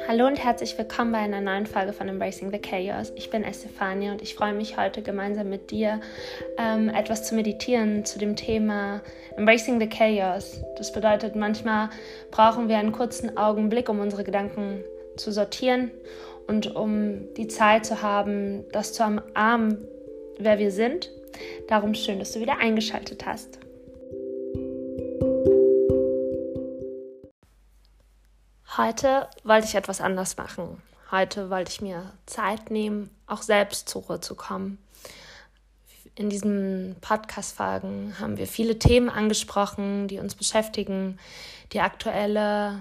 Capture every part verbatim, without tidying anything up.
Hallo und herzlich willkommen bei einer neuen Folge von Embracing the Chaos. Ich bin Estefania und ich freue mich heute gemeinsam mit dir ähm, etwas zu meditieren zu dem Thema Embracing the Chaos. Das bedeutet, manchmal brauchen wir einen kurzen Augenblick, um unsere Gedanken zu sortieren und um die Zeit zu haben, das zu umarmen, wer wir sind. Darum schön, dass du wieder eingeschaltet hast. Heute wollte ich etwas anders machen. Heute wollte ich mir Zeit nehmen, auch selbst zur Ruhe zu kommen. In diesen Podcast-Folgen haben wir viele Themen angesprochen, die uns beschäftigen, die aktuelle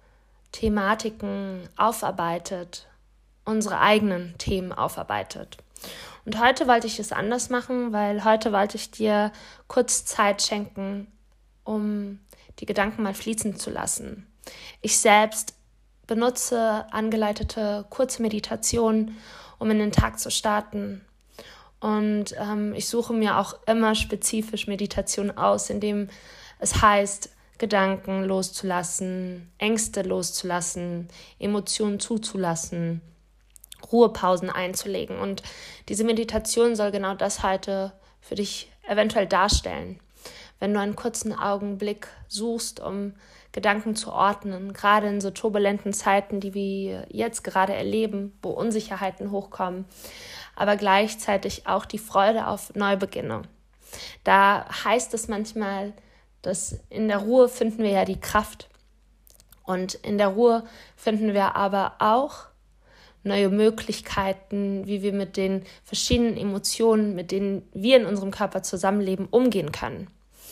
Thematiken aufarbeitet, unsere eigenen Themen aufarbeitet. Und heute wollte ich es anders machen, weil heute wollte ich dir kurz Zeit schenken, um die Gedanken mal fließen zu lassen. Ich selbst benutze angeleitete kurze Meditationen, um in den Tag zu starten. Und ähm, ich suche mir auch immer spezifisch Meditation aus, indem es heißt, Gedanken loszulassen, Ängste loszulassen, Emotionen zuzulassen, Ruhepausen einzulegen. Und diese Meditation soll genau das heute für dich eventuell darstellen. Wenn du einen kurzen Augenblick suchst, um Gedanken zu ordnen, gerade in so turbulenten Zeiten, die wir jetzt gerade erleben, wo Unsicherheiten hochkommen, aber gleichzeitig auch die Freude auf Neubeginne. Da heißt es manchmal, dass in der Ruhe finden wir ja die Kraft und in der Ruhe finden wir aber auch neue Möglichkeiten, wie wir mit den verschiedenen Emotionen, mit denen wir in unserem Körper zusammenleben, umgehen können.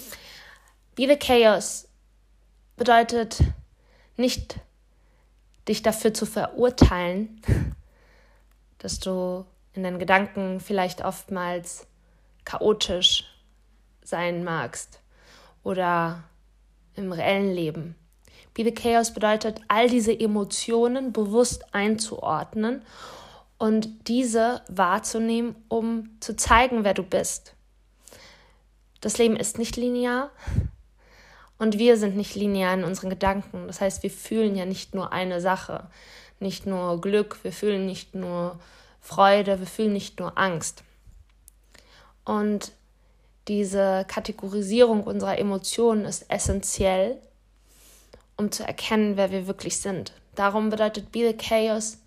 Be the Chaos bedeutet nicht, dich dafür zu verurteilen, dass du in deinen Gedanken vielleicht oftmals chaotisch sein magst oder im reellen Leben. Be the Chaos bedeutet, all diese Emotionen bewusst einzuordnen und diese wahrzunehmen, um zu zeigen, wer du bist. Das Leben ist nicht linear. Und wir sind nicht linear in unseren Gedanken. Das heißt, wir fühlen ja nicht nur eine Sache, nicht nur Glück, wir fühlen nicht nur Freude, wir fühlen nicht nur Angst. Und diese Kategorisierung unserer Emotionen ist essentiell, um zu erkennen, wer wir wirklich sind. Darum bedeutet Be the Chaos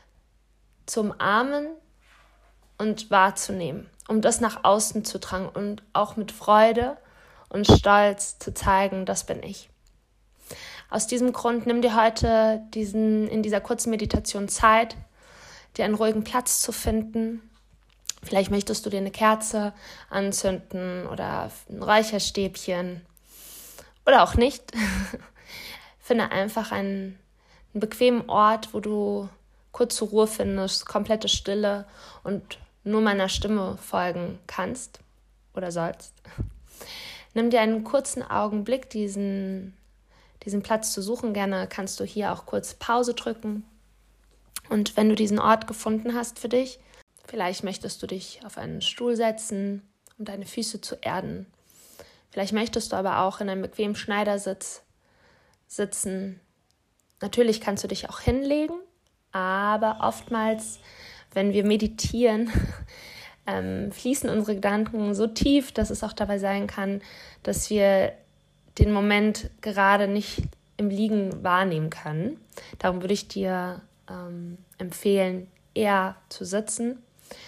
zu umarmen und wahrzunehmen, um das nach außen zu tragen und auch mit Freude und Stolz zu zeigen, das bin ich. Aus diesem Grund nimm dir heute diesen, in dieser kurzen Meditation Zeit, dir einen ruhigen Platz zu finden. Vielleicht möchtest du dir eine Kerze anzünden oder ein Räucherstäbchen oder auch nicht. Finde einfach einen, einen bequemen Ort, wo du kurz zur Ruhe findest, komplette Stille und nur meiner Stimme folgen kannst oder sollst. Nimm dir einen kurzen Augenblick, diesen, diesen Platz zu suchen. Gerne kannst du hier auch kurz Pause drücken. Und wenn du diesen Ort gefunden hast für dich, vielleicht möchtest du dich auf einen Stuhl setzen, um deine Füße zu erden. Vielleicht möchtest du aber auch in einem bequemen Schneidersitz sitzen. Natürlich kannst du dich auch hinlegen, aber oftmals, wenn wir meditieren, Ähm, fließen unsere Gedanken so tief, dass es auch dabei sein kann, dass wir den Moment gerade nicht im Liegen wahrnehmen können. Darum würde ich dir ähm, empfehlen, eher zu sitzen.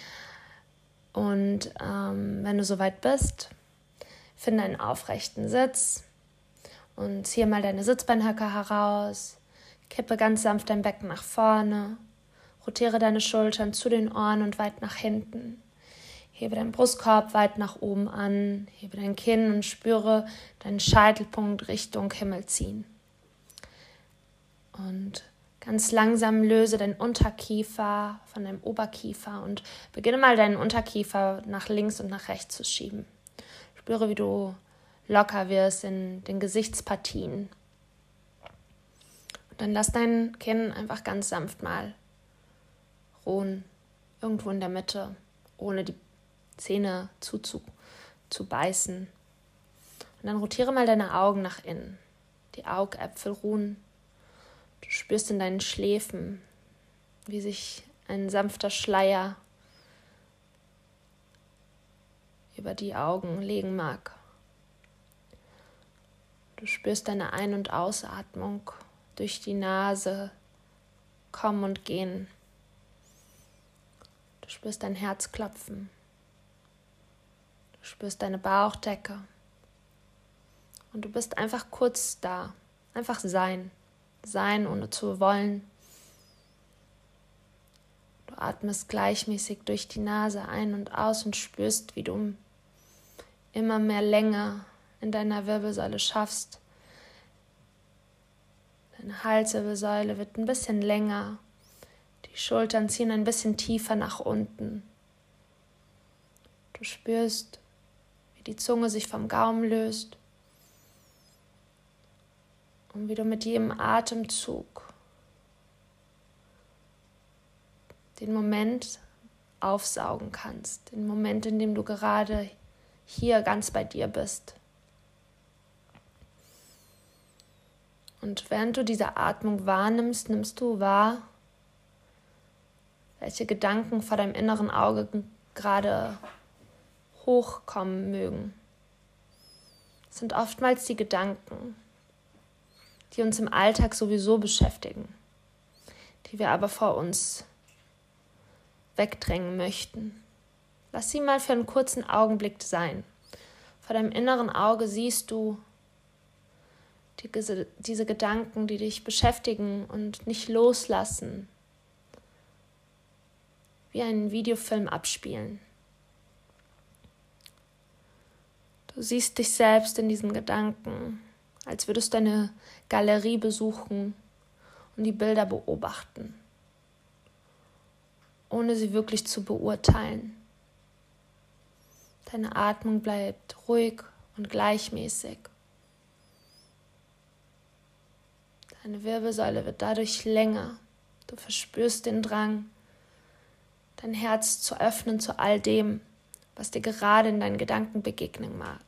Und ähm, wenn du soweit bist, finde einen aufrechten Sitz und ziehe mal deine Sitzbeinhöcker heraus, kippe ganz sanft dein Becken nach vorne, rotiere deine Schultern zu den Ohren und weit nach hinten. Hebe deinen Brustkorb weit nach oben an, hebe dein Kinn und spüre deinen Scheitelpunkt Richtung Himmel ziehen. Und ganz langsam löse deinen Unterkiefer von deinem Oberkiefer und beginne mal deinen Unterkiefer nach links und nach rechts zu schieben. Spüre, wie du locker wirst in den Gesichtspartien. Und dann lass dein Kinn einfach ganz sanft mal ruhen, irgendwo in der Mitte, ohne die Zähne zu, zu, zu beißen. Und dann rotiere mal deine Augen nach innen. Die Augäpfel ruhen. Du spürst in deinen Schläfen, wie sich ein sanfter Schleier über die Augen legen mag. Du spürst deine Ein- und Ausatmung durch die Nase kommen und gehen. Du spürst dein Herz klopfen. Du spürst deine Bauchdecke. Und du bist einfach kurz da. Einfach sein. Sein, ohne zu wollen. Du atmest gleichmäßig durch die Nase ein und aus und spürst, wie du immer mehr Länge in deiner Wirbelsäule schaffst. Deine Halswirbelsäule wird ein bisschen länger. Die Schultern ziehen ein bisschen tiefer nach unten. Du spürst, wie die Zunge sich vom Gaumen löst und wie du mit jedem Atemzug den Moment aufsaugen kannst, den Moment, in dem du gerade hier ganz bei dir bist. Und während du diese Atmung wahrnimmst, nimmst du wahr, welche Gedanken vor deinem inneren Auge gerade hochkommen mögen. Es sind oftmals die Gedanken, die uns im Alltag sowieso beschäftigen, die wir aber vor uns wegdrängen möchten. Lass sie mal für einen kurzen Augenblick sein. Vor deinem inneren Auge siehst du die, diese Gedanken, die dich beschäftigen und nicht loslassen, wie einen Videofilm abspielen. Du siehst dich selbst in diesen Gedanken, als würdest du eine Galerie besuchen und die Bilder beobachten, ohne sie wirklich zu beurteilen. Deine Atmung bleibt ruhig und gleichmäßig. Deine Wirbelsäule wird dadurch länger. Du verspürst den Drang, dein Herz zu öffnen zu all dem, was dir gerade in deinen Gedanken begegnen mag.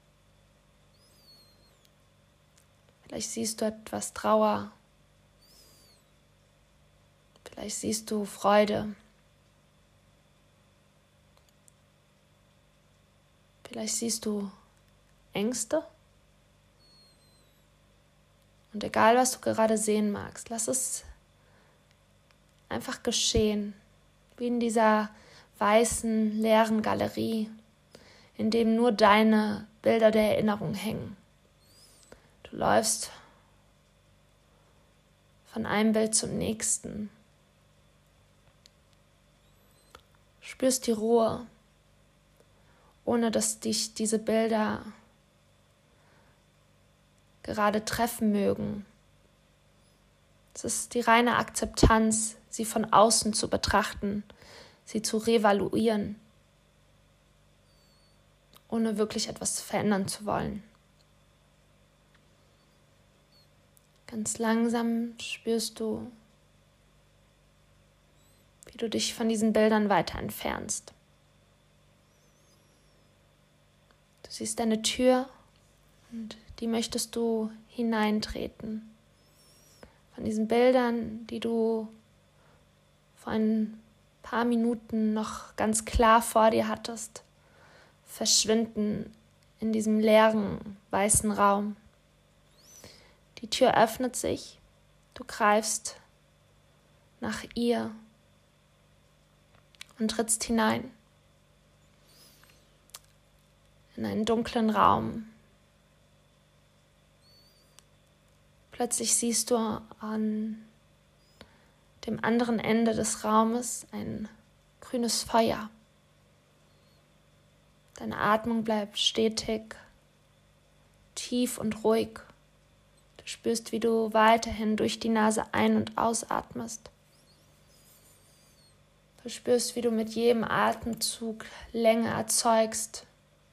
Vielleicht siehst du etwas Trauer. Vielleicht siehst du Freude. Vielleicht siehst du Ängste. Und egal, was du gerade sehen magst, lass es einfach geschehen, wie in dieser weißen, leeren Galerie, in dem nur deine Bilder der Erinnerung hängen. Du läufst von einem Bild zum nächsten, spürst die Ruhe, ohne dass dich diese Bilder gerade treffen mögen. Es ist die reine Akzeptanz, sie von außen zu betrachten, sie zu revaluieren, ohne wirklich etwas verändern zu wollen. Ganz langsam spürst du, wie du dich von diesen Bildern weiter entfernst. Du siehst eine Tür und die möchtest du hineintreten. Von diesen Bildern, die du vor ein paar Minuten noch ganz klar vor dir hattest, verschwinden in diesem leeren, weißen Raum. Die Tür öffnet sich, du greifst nach ihr und trittst hinein in einen dunklen Raum. Plötzlich siehst du an dem anderen Ende des Raumes ein grünes Feuer. Deine Atmung bleibt stetig, tief und ruhig. Du spürst, wie du weiterhin durch die Nase ein- und ausatmest. Du spürst, wie du mit jedem Atemzug Länge erzeugst.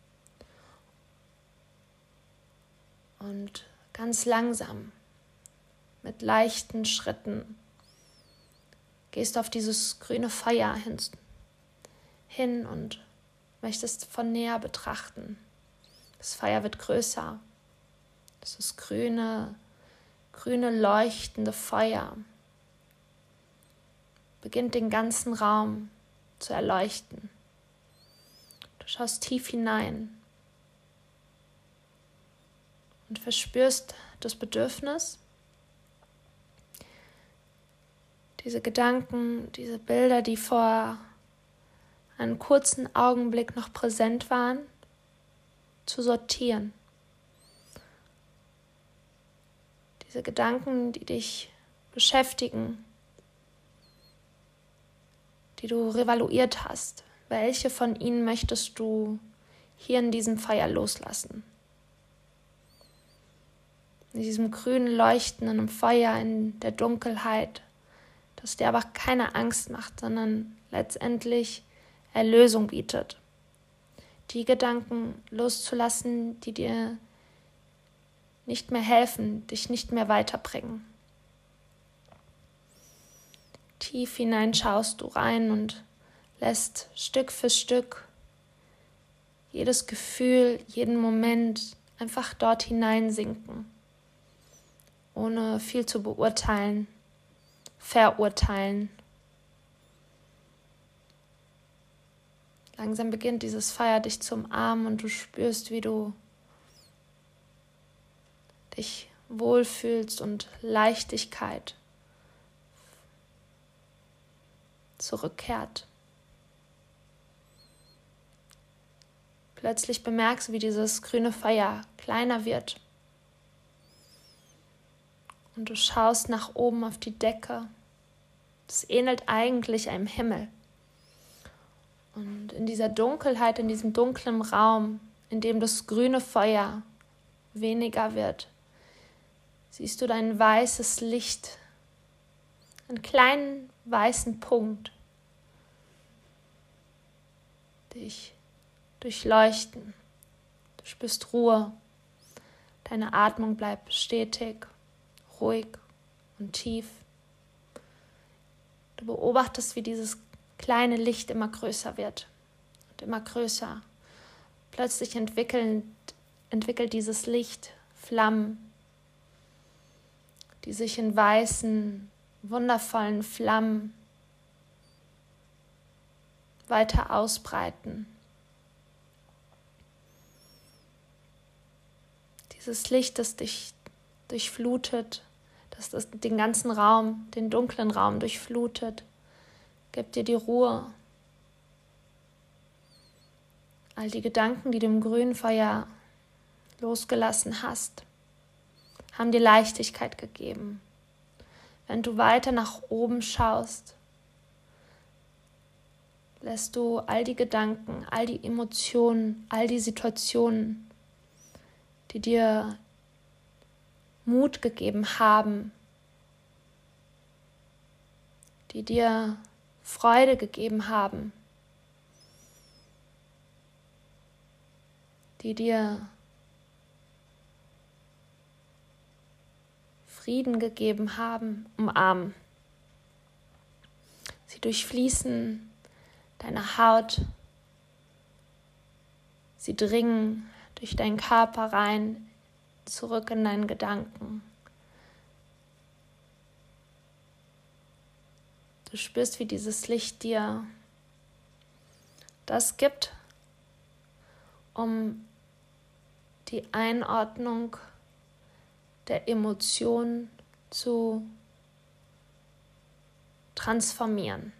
Und ganz langsam, mit leichten Schritten, gehst du auf dieses grüne Feuer hin, hin und möchtest von näher betrachten. Das Feuer wird größer. Das ist grüne, grüne leuchtende Feuer beginnt den ganzen Raum zu erleuchten. Du schaust tief hinein und verspürst das Bedürfnis, diese Gedanken, diese Bilder, die vor einem kurzen Augenblick noch präsent waren, zu sortieren. Diese Gedanken, die dich beschäftigen, die du revaluiert hast. Welche von ihnen möchtest du hier in diesem Feuer loslassen? In diesem grünen, leuchtenden Feuer in der Dunkelheit, das dir aber keine Angst macht, sondern letztendlich Erlösung bietet. Die Gedanken loszulassen, die dir nicht mehr helfen, dich nicht mehr weiterbringen. Tief hinein schaust du rein und lässt Stück für Stück jedes Gefühl, jeden Moment einfach dort hineinsinken, ohne viel zu beurteilen, verurteilen. Langsam beginnt dieses Feuer dich zu umarmen und du spürst, wie du dich wohlfühlst und Leichtigkeit zurückkehrt. Plötzlich bemerkst du, wie dieses grüne Feuer kleiner wird. Und du schaust nach oben auf die Decke. Das ähnelt eigentlich einem Himmel. Und in dieser Dunkelheit, in diesem dunklen Raum, in dem das grüne Feuer weniger wird, siehst du dein weißes Licht, einen kleinen weißen Punkt, dich durchleuchten. Du spürst Ruhe. Deine Atmung bleibt stetig, ruhig und tief. Du beobachtest, wie dieses kleine Licht immer größer wird und immer größer. Plötzlich entwickelt, entwickelt dieses Licht Flammen, die sich in weißen, wundervollen Flammen weiter ausbreiten. Dieses Licht, das dich durchflutet, das, das den ganzen Raum, den dunklen Raum durchflutet, gibt dir die Ruhe. All die Gedanken, die du im grünen Feuer losgelassen hast, haben dir Leichtigkeit gegeben. Wenn du weiter nach oben schaust, lässt du all die Gedanken, all die Emotionen, all die Situationen, die dir Mut gegeben haben, die dir Freude gegeben haben, die dir Frieden gegeben haben, umarmen. Sie durchfließen deine Haut, sie dringen durch deinen Körper rein, zurück in deinen Gedanken. Du spürst, wie dieses Licht dir das gibt, um die Einordnung der Emotionen zu transformieren.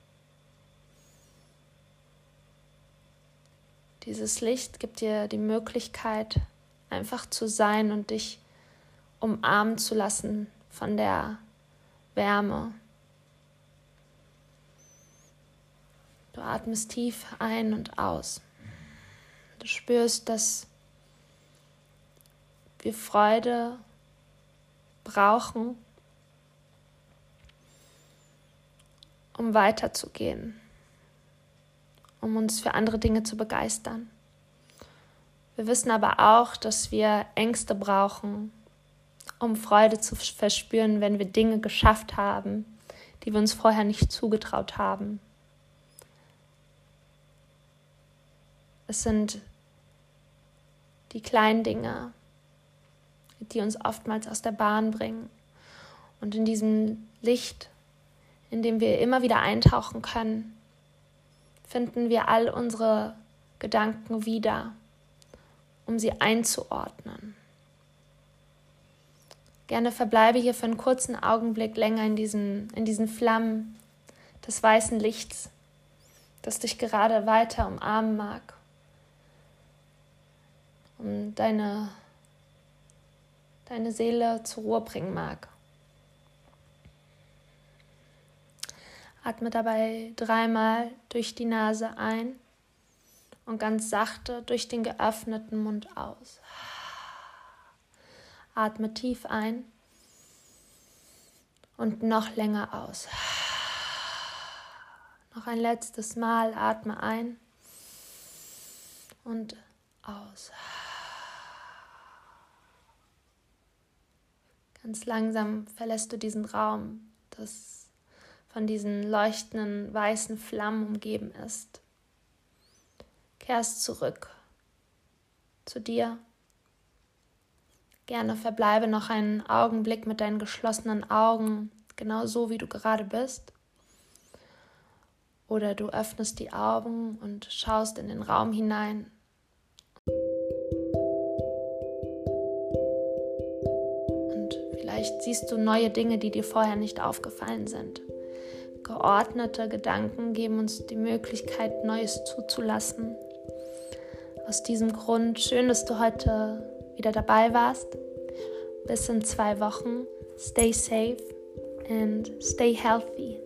Dieses Licht gibt dir die Möglichkeit, einfach zu sein und dich umarmen zu lassen von der Wärme. Du atmest tief ein und aus. Du spürst, dass wir Freude brauchen, um weiterzugehen, um uns für andere Dinge zu begeistern. Wir wissen aber auch, dass wir Ängste brauchen, um Freude zu verspüren, wenn wir Dinge geschafft haben, die wir uns vorher nicht zugetraut haben. Es sind die kleinen Dinge, die uns oftmals aus der Bahn bringen. Und in diesem Licht, in dem wir immer wieder eintauchen können, finden wir all unsere Gedanken wieder, um sie einzuordnen. Gerne verbleibe hier für einen kurzen Augenblick länger in diesen, in diesen Flammen des weißen Lichts, das dich gerade weiter umarmen mag, um deine, deine Seele zur Ruhe bringen mag. Atme dabei dreimal durch die Nase ein und ganz sachte durch den geöffneten Mund aus. Atme tief ein und noch länger aus. Noch ein letztes Mal atme ein und aus. Ganz langsam verlässt du diesen Raum, das von diesen leuchtenden weißen Flammen umgeben ist. Kehrst zurück zu dir. Gerne verbleibe noch einen Augenblick mit deinen geschlossenen Augen, genau so wie du gerade bist. Oder du öffnest die Augen und schaust in den Raum hinein. Und vielleicht siehst du neue Dinge, die dir vorher nicht aufgefallen sind. Geordnete Gedanken geben uns die Möglichkeit, Neues zuzulassen. Aus diesem Grund, schön, dass du heute wieder dabei warst. Bis in zwei Wochen. Stay safe and stay healthy.